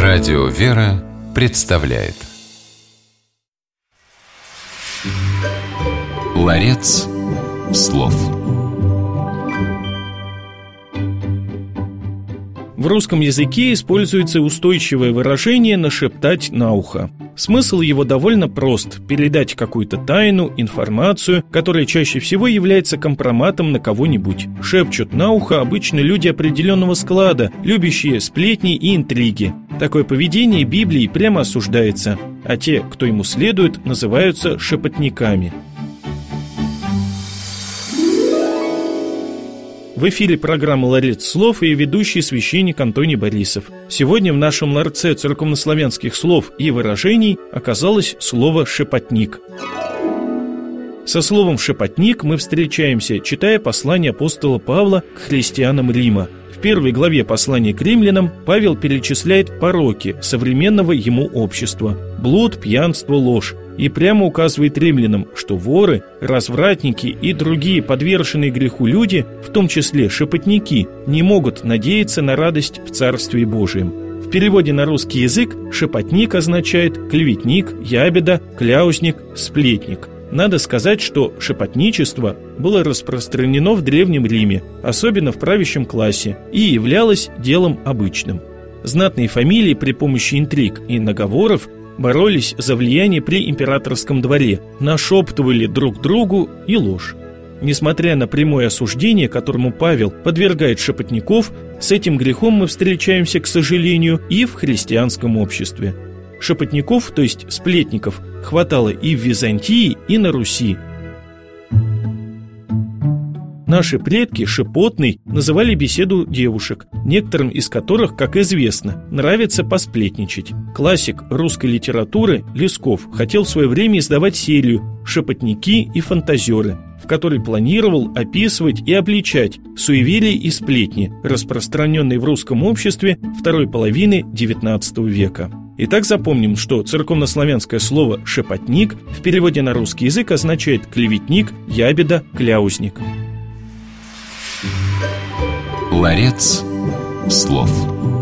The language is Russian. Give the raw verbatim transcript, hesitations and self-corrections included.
Радио «Вера» представляет Ларец слов. В русском языке используется устойчивое выражение «нашептать на ухо». Смысл его довольно прост – передать какую-то тайну, информацию, которая чаще всего является компроматом на кого-нибудь. Шепчут на ухо обычно люди определенного склада, любящие сплетни и интриги. Такое поведение Библией прямо осуждается, а те, кто ему следует, называются шепотниками. В эфире программа «Ларец слов» и ведущий священник Антоний Борисов. Сегодня в нашем ларце церковнославянских слов и выражений оказалось слово «шепотник». Со словом «шепотник» мы встречаемся, читая послание апостола Павла к христианам Рима. В первой главе послания к римлянам Павел перечисляет пороки современного ему общества – блуд, пьянство, ложь, и прямо указывает римлянам, что воры, развратники и другие подверженные греху люди, в том числе шепотники, не могут надеяться на радость в Царстве Божием. В переводе на русский язык шепотник означает клеветник, ябеда, кляузник, сплетник. Надо сказать, что шепотничество было распространено в Древнем Риме, особенно в правящем классе, и являлось делом обычным. Знатные фамилии при помощи интриг и наговоров боролись за влияние при императорском дворе, нашептывали друг другу и ложь. Несмотря на прямое осуждение, которому Павел подвергает шепотников, с этим грехом мы встречаемся, к сожалению, и в христианском обществе. Шепотников, то есть сплетников, хватало и в Византии, и на Руси. Наши предки шепотной называли беседу девушек, некоторым из которых, как известно, нравится посплетничать. Классик русской литературы Лесков хотел в свое время издавать серию «Шепотники и фантазеры», в которой планировал описывать и обличать суеверия и сплетни, распространенные в русском обществе второй половины девятнадцатого века. Итак, запомним, что церковнославянское слово «шепотник» в переводе на русский язык означает клеветник, ябеда, кляузник. Ларец слов.